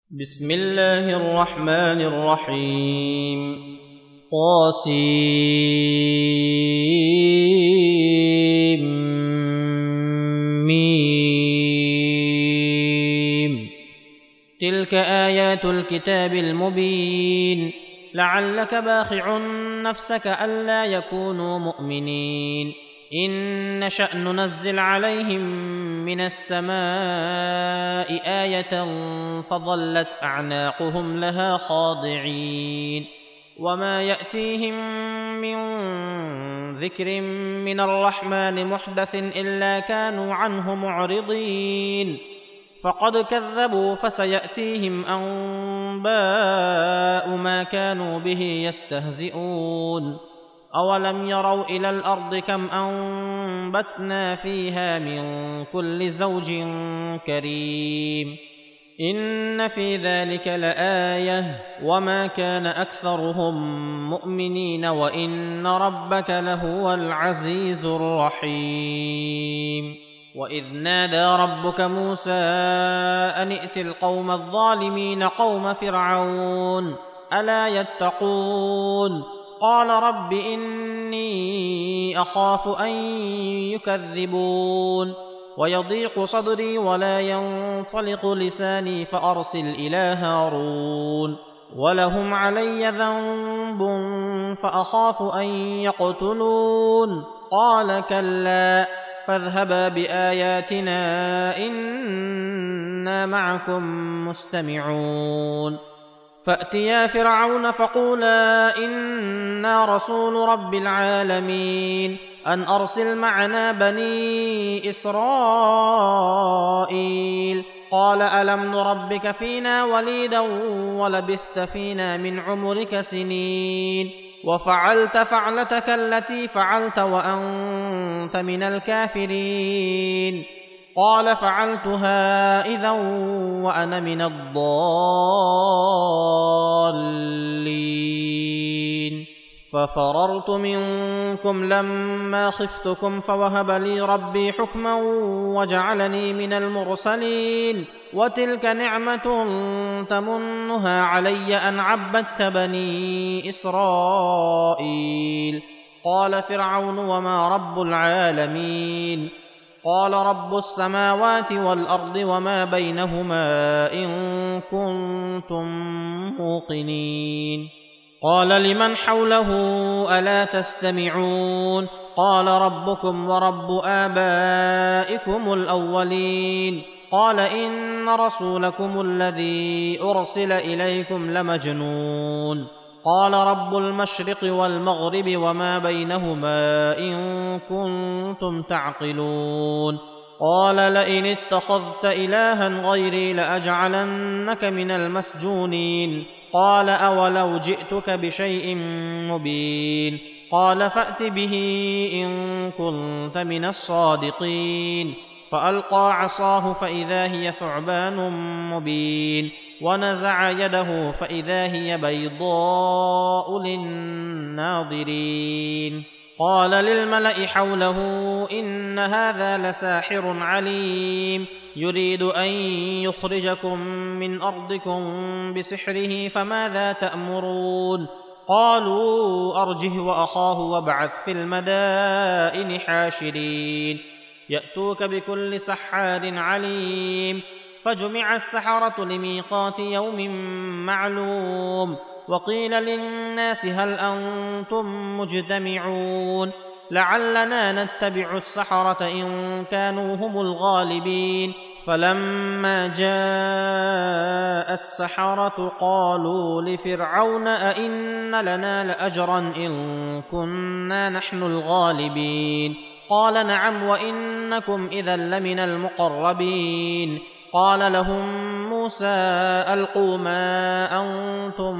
بسم الله الرحمن الرحيم طاسيم تلك آيات الكتاب المبين لعلك باخع نفسك ألا يكونوا مؤمنين إن نشأ ننزل عليهم من السماء آية فظلت أعناقهم لها خاضعين وما يأتيهم من ذكر من الرحمن محدث إلا كانوا عنه معرضين فقد كذبوا فسيأتيهم أنباء ما كانوا به يستهزئون أولم يروا إلى الأرض كم أنبتنا فيها من كل زوج كريم إن في ذلك لآية وما كان أكثرهم مؤمنين وإن ربك لهو العزيز الرحيم وإذ نادى ربك موسى أن ائت القوم الظالمين قوم فرعون ألا يتقون قال رب إني أخاف أن يكذبون ويضيق صدري ولا ينطلق لساني فأرسل إلى هارون ولهم علي ذنب فأخاف أن يقتلون قال كلا فاذهبا بآياتنا إنا معكم مستمعون فأتيا فرعون فقولا إنا رسول رب العالمين أن أرسل معنا بني إسرائيل قال ألم نربك فينا وليدا ولبثت فينا من عمرك سنين وفعلت فعلتك التي فعلت وأنت من الكافرين قال فعلتها إذا وأنا من الضالين ففررت منكم لما خفتكم فوهب لي ربي حكما وجعلني من المرسلين وتلك نعمة تمنها علي أن عبدت بني إسرائيل قال فرعون وما رب العالمين قال رب السماوات والأرض وما بينهما إن كنتم موقنين قال لمن حوله ألا تستمعون قال ربكم ورب آبائكم الأولين قال إن رسولكم الذي أرسل إليكم لمجنون قال رب المشرق والمغرب وما بينهما إن كنتم تعقلون قال لئن اتخذت إلها غيري لأجعلنك من المسجونين قال أولو جئتك بشيء مبين قال فأت به إن كنت من الصادقين فألقى عصاه فإذا هي ثعبان مبين ونزع يده فإذا هي بيضاء للناظرين قال للملأ حوله إن هذا لساحر عليم يريد أن يخرجكم من أرضكم بسحره فماذا تأمرون قالوا أرجه وأخاه وابعث في المدائن حاشرين يأتوك بكل سحار عليم فجمع السحرة لميقات يوم معلوم وقيل للناس هل أنتم مجتمعون لعلنا نتبع السحرة إن كانوا هم الغالبين فلما جاء السحرة قالوا لفرعون أئن لنا لأجرا إن كنا نحن الغالبين قال نعم وإنكم إذا لمن المقربين قال لهم موسى ألقوا ما أنتم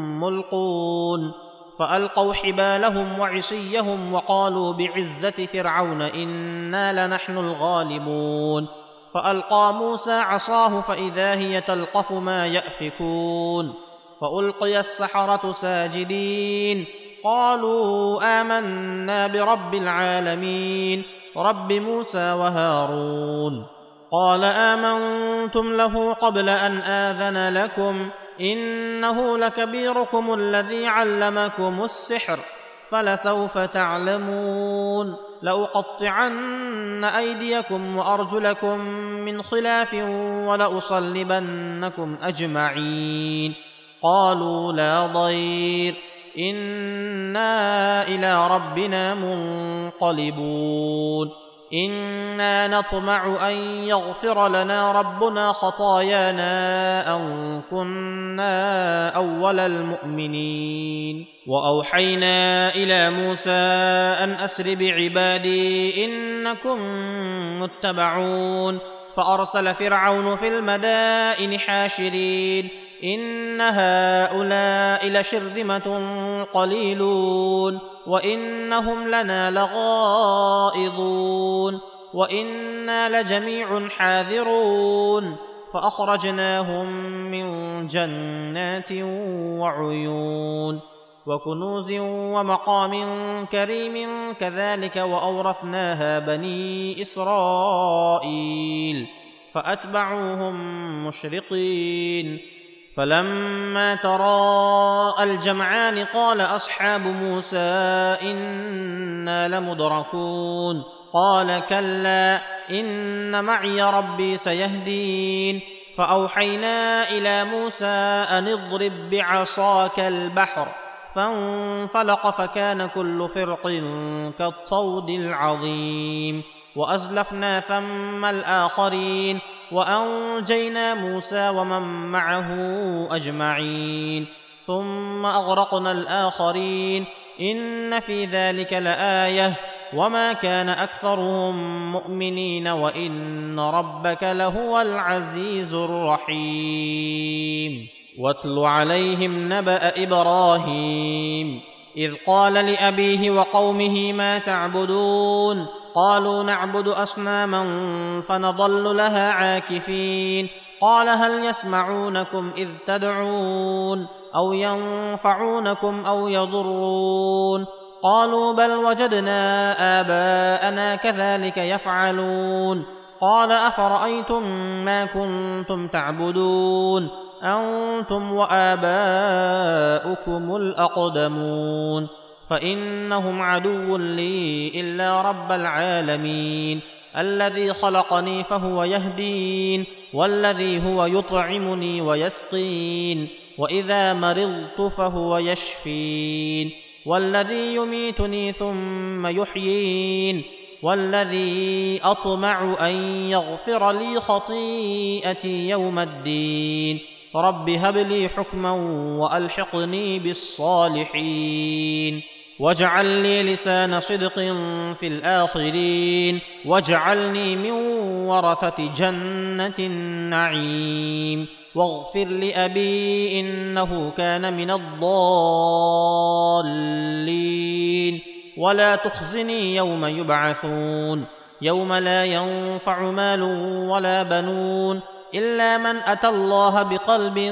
ملقون فألقوا حبالهم وعصيهم وقالوا بعزة فرعون إنا لنحن الغالبون فألقى موسى عصاه فإذا هي تلقف ما يأفكون فألقي السحرة ساجدين قالوا آمنا برب العالمين رب موسى وهارون قال آمنتم له قبل أن آذن لكم إنه لكبيركم الذي علمكم السحر فلسوف تعلمون لأقطعن أيديكم وأرجلكم من خلاف ولأصلبنكم أجمعين قالوا لا ضير إنا إلى ربنا منقلبون إنا نطمع أن يغفر لنا ربنا خطايانا أن كنا أول المؤمنين وأوحينا إلى موسى أن أسر بعبادي إنكم متبعون فأرسل فرعون في المدائن حاشرين إن هؤلاء لشرذمة قليلون وإنهم لنا لغائظون وإنا لجميع حاذرون فأخرجناهم من جنات وعيون وكنوز ومقام كريم كذلك وأورثناها بني إسرائيل فأتبعوهم مشرقين فلما تراءى الجمعان قال أصحاب موسى إنا لمدركون قال كلا إن معي ربي سيهدين فأوحينا إلى موسى أن اضرب بعصاك البحر فانفلق فكان كل فرق كالطود العظيم وأزلفنا ثم الآخرين وأنجينا موسى ومن معه أجمعين ثم أغرقنا الآخرين إن في ذلك لآية وما كان أكثرهم مؤمنين وإن ربك لهو العزيز الرحيم واتل عليهم نبأ إبراهيم إذ قال لأبيه وقومه ما تعبدون قالوا نعبد أصناما فنظل لها عاكفين قال هل يسمعونكم إذ تدعون أو ينفعونكم أو يضرون قالوا بل وجدنا آباءنا كذلك يفعلون قال أفرأيتم ما كنتم تعبدون أنتم وآباؤكم الأقدمون فإنهم عدو لي إلا رب العالمين الذي خلقني فهو يهدين والذي هو يطعمني ويسقين وإذا مرضت فهو يشفين والذي يميتني ثم يحيين والذي أطمع أن يغفر لي خطيئتي يوم الدين رب هب لي حكما وألحقني بالصالحين واجعل لي لسان صدق في الآخرين واجعلني من ورثة جنة النعيم واغفر لأبي إنه كان من الضالين ولا تخزني يوم يبعثون يوم لا ينفع مال ولا بنون إلا من أتى الله بقلب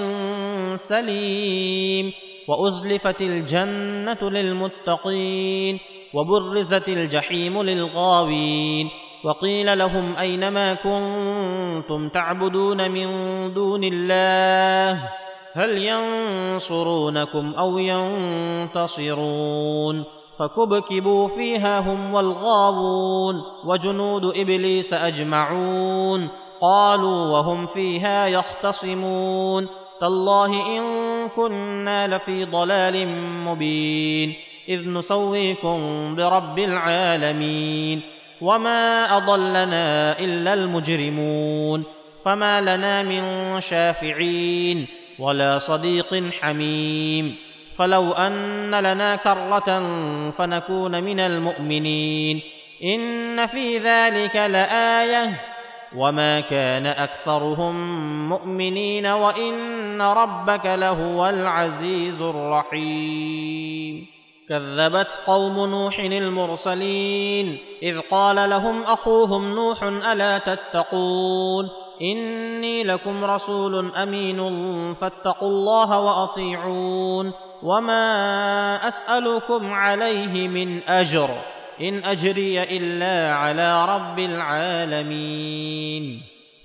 سليم وأزلفت الجنة للمتقين وبرزت الجحيم للغاوين وقيل لهم أين ما كنتم تعبدون من دون الله هل ينصرونكم أو ينتصرون فكبكبوا فيها هم والغاوون وجنود إبليس أجمعون قالوا وهم فيها يختصمون تالله إن كنا لفي ضلال مبين إذ نسويكم برب العالمين وما أضلنا إلا المجرمون فما لنا من شافعين ولا صديق حميم فلو أن لنا كرة فنكون من المؤمنين إن في ذلك لآية وما كان أكثرهم مؤمنين وإن ربك لهو العزيز الرحيم كذبت قوم نوح المرسلين إذ قال لهم أخوهم نوح ألا تتقون إني لكم رسول أمين فاتقوا الله وأطيعون وما أسألكم عليه من أجر إن أجري إلا على رب العالمين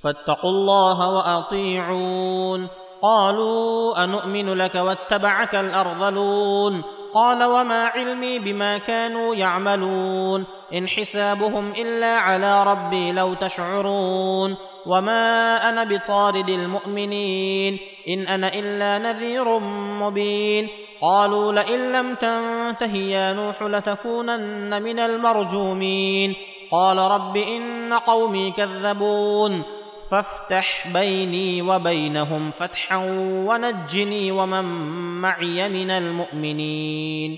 فاتقوا الله وأطيعون قالوا أنؤمن لك واتبعك الأرذلون قال وما علمي بما كانوا يعملون إن حسابهم إلا على ربي لو تشعرون وما أنا بطارد المؤمنين إن أنا إلا نذير مبين قالوا لئن لم تنته يا نوح لتكونن من المرجومين قال رب إن قومي كذبون فافتح بيني وبينهم فتحا ونجني ومن معي من المؤمنين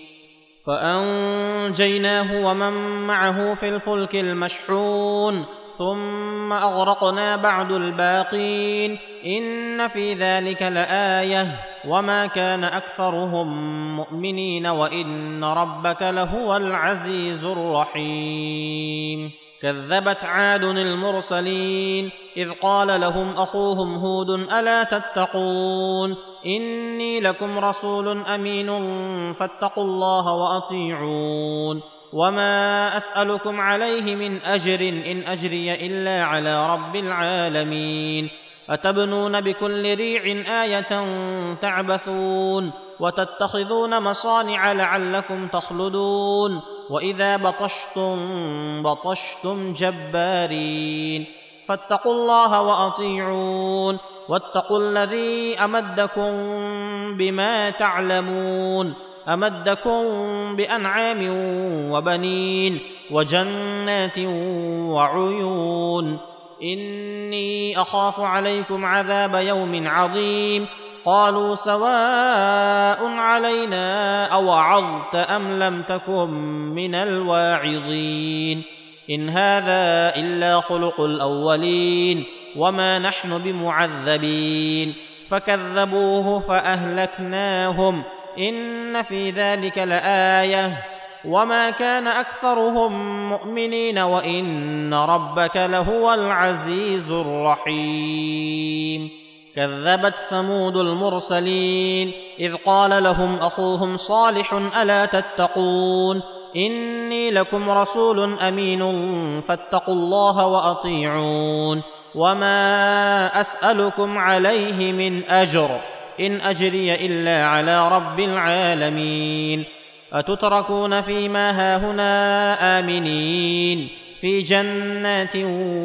فأنجيناه ومن معه في الفلك المشحون ثم أغرقنا بعد الباقين إن في ذلك لآية وما كان أكثرهم مؤمنين وإن ربك لهو العزيز الرحيم كذبت عاد المرسلين إذ قال لهم أخوهم هود ألا تتقون إني لكم رسول أمين فاتقوا الله وأطيعون وما أسألكم عليه من أجر إن أجري إلا على رب العالمين أتبنون بكل ريع آية تعبثون وتتخذون مصانع لعلكم تخلدون وإذا بطشتم جبارين فاتقوا الله وأطيعون واتقوا الذي أمدكم بما تعلمون أمدكم بأنعام وبنين وجنات وعيون إني أخاف عليكم عذاب يوم عظيم قالوا سواء علينا أوعظت أم لم تكن من الواعظين إن هذا إلا خلق الأولين وما نحن بمعذبين فكذبوه فأهلكناهم إن في ذلك لآية وما كان أكثرهم مؤمنين وإن ربك لهو العزيز الرحيم كذبت ثمود المرسلين إذ قال لهم أخوهم صالح ألا تتقون إني لكم رسول أمين فاتقوا الله وأطيعون وما أسألكم عليه من أجر إن أجري إلا على رب العالمين أتتركون فيما هاهنا آمنين في جنات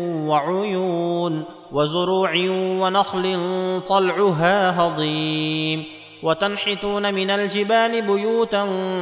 وعيون وزروع ونخل طلعها هضيم وتنحتون من الجبال بيوتا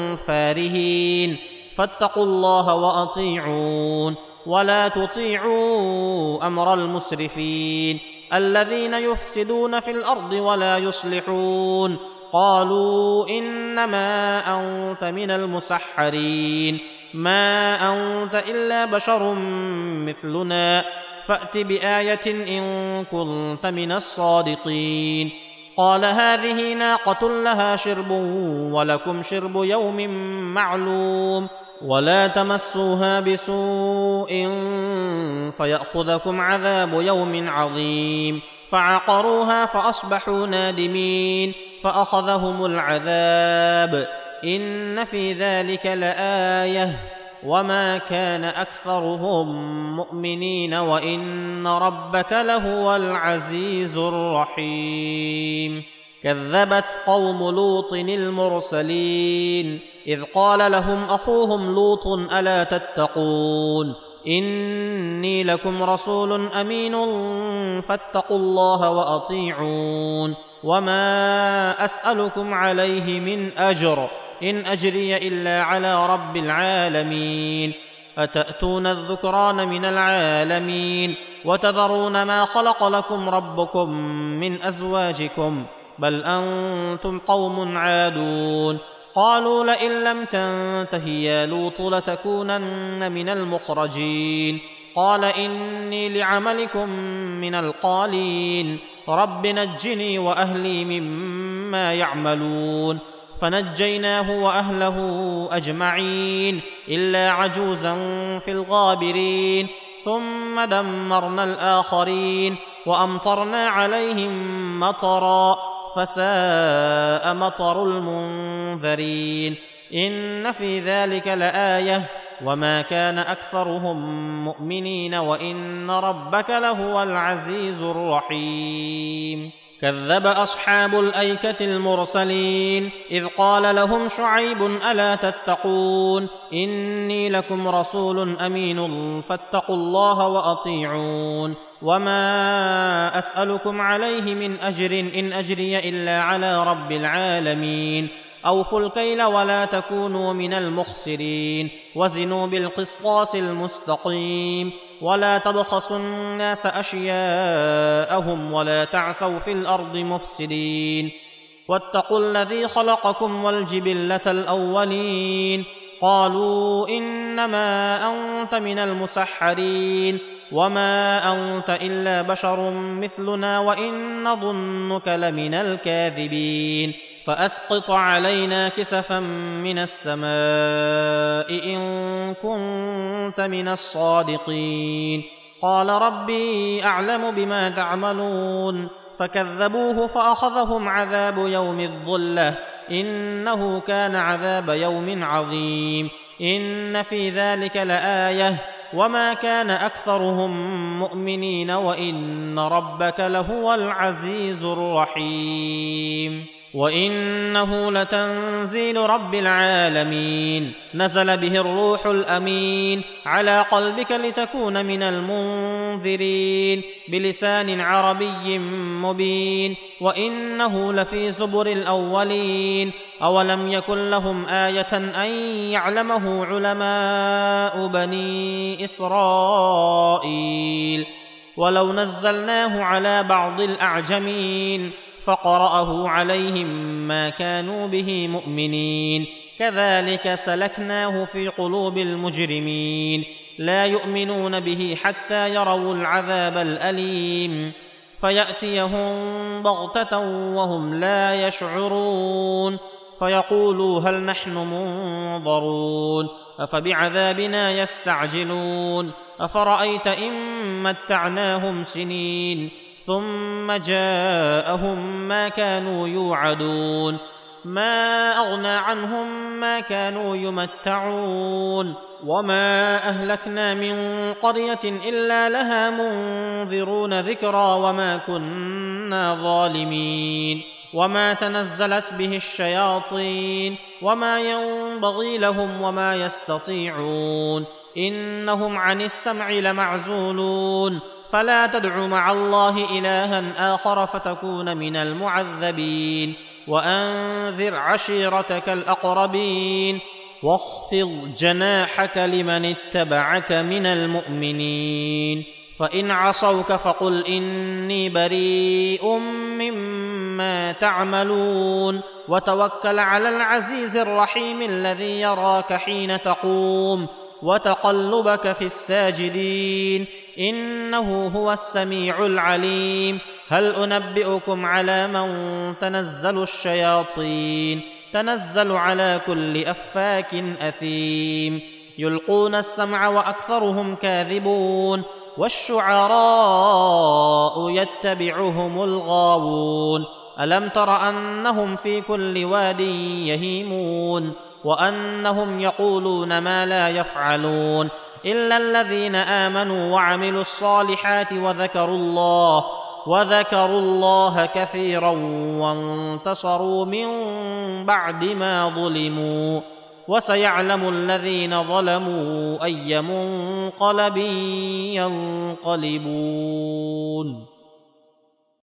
فارهين فاتقوا الله وأطيعون ولا تطيعوا أمر المسرفين الذين يفسدون في الأرض ولا يصلحون قالوا إنما أنت من المسحرين ما أنت إلا بشر مثلنا فأت بآية إن كنت من الصادقين قال هذه ناقة لها شرب ولكم شرب يوم معلوم ولا تمسوها بسوء فيأخذكم عذاب يوم عظيم فعقروها فأصبحوا نادمين فأخذهم العذاب إن في ذلك لآية وما كان أكثرهم مؤمنين وإن ربك لهو العزيز الرحيم كذبت قوم لوط المرسلين إذ قال لهم أخوهم لوط ألا تتقون إني لكم رسول أمين فاتقوا الله وأطيعون وما أسألكم عليه من أجر إن أجري إلا على رب العالمين أتأتون الذكران من العالمين وتذرون ما خلق لكم ربكم من أزواجكم بل أنتم قوم عادون قالوا لئن لم تنته يا لوط لتكونن من المخرجين قال إني لعملكم من القالين رب نجني وأهلي مما يعملون فنجيناه وأهله أجمعين إلا عجوزا في الغابرين ثم دمرنا الآخرين وأمطرنا عليهم مطرا فساء مطر المنذرين إن في ذلك لآية وما كان أكثرهم مؤمنين وإن ربك لهو العزيز الرحيم. كذب أصحاب الأيكة المرسلين إذ قال لهم شعيب ألا تتقون إني لكم رسول أمين فاتقوا الله وأطيعون وما أسألكم عليه من أجر إن أجري إلا على رب العالمين. أوفوا الكيل ولا تكونوا من المخسرين وزنوا بالقسطاس المستقيم ولا تبخسوا الناس أشياءهم ولا تعثوا في الأرض مفسدين واتقوا الذي خلقكم والجبلة الأولين. قالوا إنما أنت من المسحرين وما أنت إلا بشر مثلنا وإن نظنك لمن الكاذبين فأسقط علينا كسفا من السماء إن كنت من الصادقين. قال ربي أعلم بما تعملون فكذبوه فأخذهم عذاب يوم الظلة إنه كان عذاب يوم عظيم. إن في ذلك لآية وما كان أكثرهم مؤمنين وإن ربك لهو العزيز الرحيم. وإنه لتنزيل رب العالمين نزل به الروح الأمين على قلبك لتكون من المنذرين بلسان عربي مبين وإنه لفي زبر الأولين. أولم يكن لهم آية أن يعلمه علماء بني إسرائيل ولو نزلناه على بعض الأعجمين فقرأه عليهم ما كانوا به مؤمنين كذلك سلكناه في قلوب المجرمين لا يؤمنون به حتى يروا العذاب الأليم فيأتيهم بغتة وهم لا يشعرون فيقولوا هل نحن منظرون أفبعذابنا يستعجلون أفرأيت إن متعناهم سنين ثم جاءهم ما كانوا يوعدون ما أغنى عنهم ما كانوا يمتعون وما أهلكنا من قرية إلا لها منذرون ذكرى وما كنا ظالمين وما تنزلت به الشياطين وما ينبغي لهم وما يستطيعون إنهم عن السمع لمعزولون فلا تدع مع الله إلها آخر فتكون من المعذبين وأنذر عشيرتك الأقربين واخفض جناحك لمن اتبعك من المؤمنين. فإن عصوك فقل إني بريء مما تعملون وتوكل على العزيز الرحيم الذي يراك حين تقوم وتقلبك في الساجدين إنه هو السميع العليم. هل أنبئكم على من تنزل الشياطين تنزل على كل أفاك أثيم يلقون السمع وأكثرهم كاذبون والشعراء يتبعهم الغاوون ألم تر أنهم في كل واد يهيمون وأنهم يقولون ما لا يفعلون إلا الذين آمنوا وعملوا الصالحات وذكروا الله كثيرا وانتصروا من بعد ما ظلموا وسيعلم الذين ظلموا أي منقلب ينقلبون.